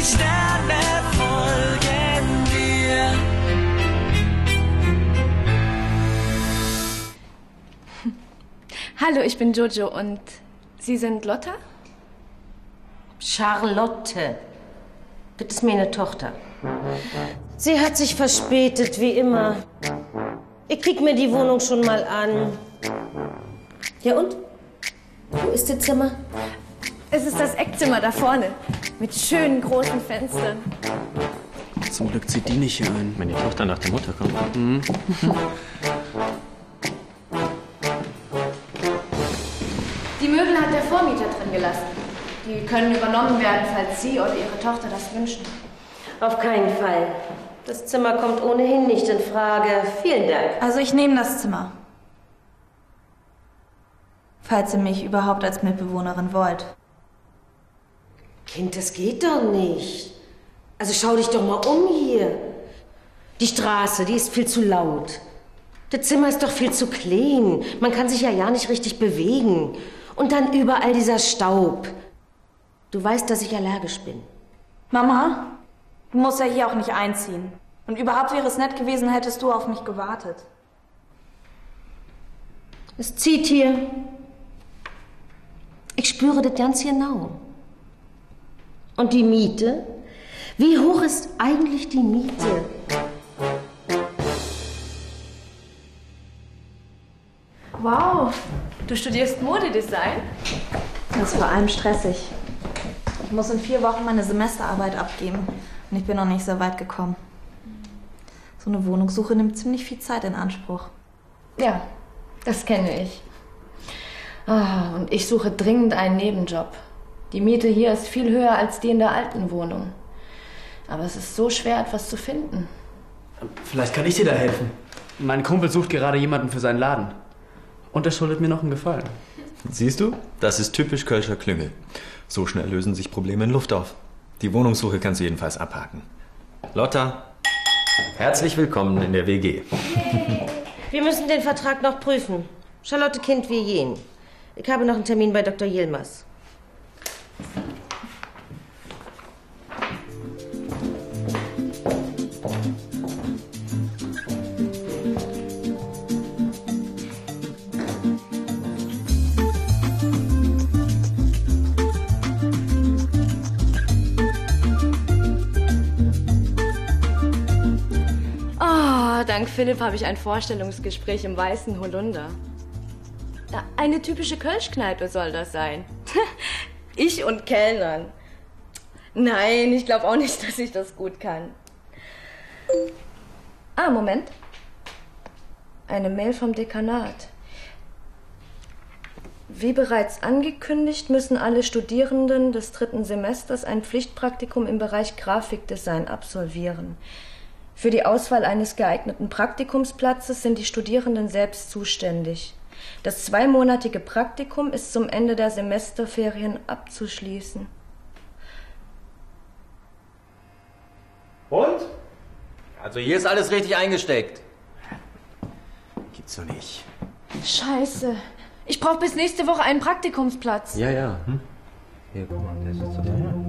Sterne folgen dir. Hallo, ich bin Jojo und Sie sind Lotta? Charlotte. Das ist meine Tochter. Sie hat sich verspätet, wie immer. Ich krieg mir die Wohnung schon mal an. Ja und? Wo ist das Zimmer? Es ist das Eckzimmer da vorne. Mit schönen großen Fenstern. Zum Glück zieht die nicht hier ein. Wenn die Tochter nach der Mutter kommt. Mhm. Die Möbel hat der Vormieter drin gelassen. Die können übernommen werden, falls Sie oder Ihre Tochter das wünschen. Auf keinen Fall. Das Zimmer kommt ohnehin nicht in Frage. Vielen Dank. Also ich nehme das Zimmer. Falls ihr mich überhaupt als Mitbewohnerin wollt. Kind, das geht doch nicht. Also schau dich doch mal um hier. Die Straße, die ist viel zu laut. Das Zimmer ist doch viel zu klein. Man kann sich ja nicht richtig bewegen. Und dann überall dieser Staub. Du weißt, dass ich allergisch bin. Mama, du musst ja hier auch nicht einziehen. Und überhaupt wäre es nett gewesen, hättest du auf mich gewartet. Es zieht hier. Ich spüre das ganz genau. Und die Miete? Wie hoch ist eigentlich die Miete? Wow, du studierst Modedesign? Das ist vor allem stressig. Ich muss in 4 Wochen meine Semesterarbeit abgeben. Und ich bin noch nicht so weit gekommen. So eine Wohnungssuche nimmt ziemlich viel Zeit in Anspruch. Ja, das kenne ich. Ah, und ich suche dringend einen Nebenjob. Die Miete hier ist viel höher als die in der alten Wohnung. Aber es ist so schwer, etwas zu finden. Vielleicht kann ich dir da helfen. Mein Kumpel sucht gerade jemanden für seinen Laden. Und er schuldet mir noch einen Gefallen. Siehst du? Das ist typisch Kölscher Klüngel. So schnell lösen sich Probleme in Luft auf. Die Wohnungssuche kannst du jedenfalls abhaken. Lotta, herzlich willkommen in der WG. Wir müssen den Vertrag noch prüfen. Charlotte Kind wie jen. Ich habe noch einen Termin bei Dr. Yilmaz. Dank Philipp habe ich ein Vorstellungsgespräch im Weißen Holunder. Eine typische Kölschkneipe soll das sein. Ich und Kellnern. Nein, ich glaube auch nicht, dass ich das gut kann. Ah, Moment. Eine Mail vom Dekanat. Wie bereits angekündigt, müssen alle Studierenden des 3. Semesters ein Pflichtpraktikum im Bereich Grafikdesign absolvieren. Für die Auswahl eines geeigneten Praktikumsplatzes sind die Studierenden selbst zuständig. Das 2-monatige Praktikum ist zum Ende der Semesterferien abzuschließen. Und? Also hier ist alles richtig eingesteckt. Gibt's doch nicht. Scheiße. Ich brauche bis nächste Woche einen Praktikumsplatz. Ja. Hier, guck mal, der ist jetzt so da.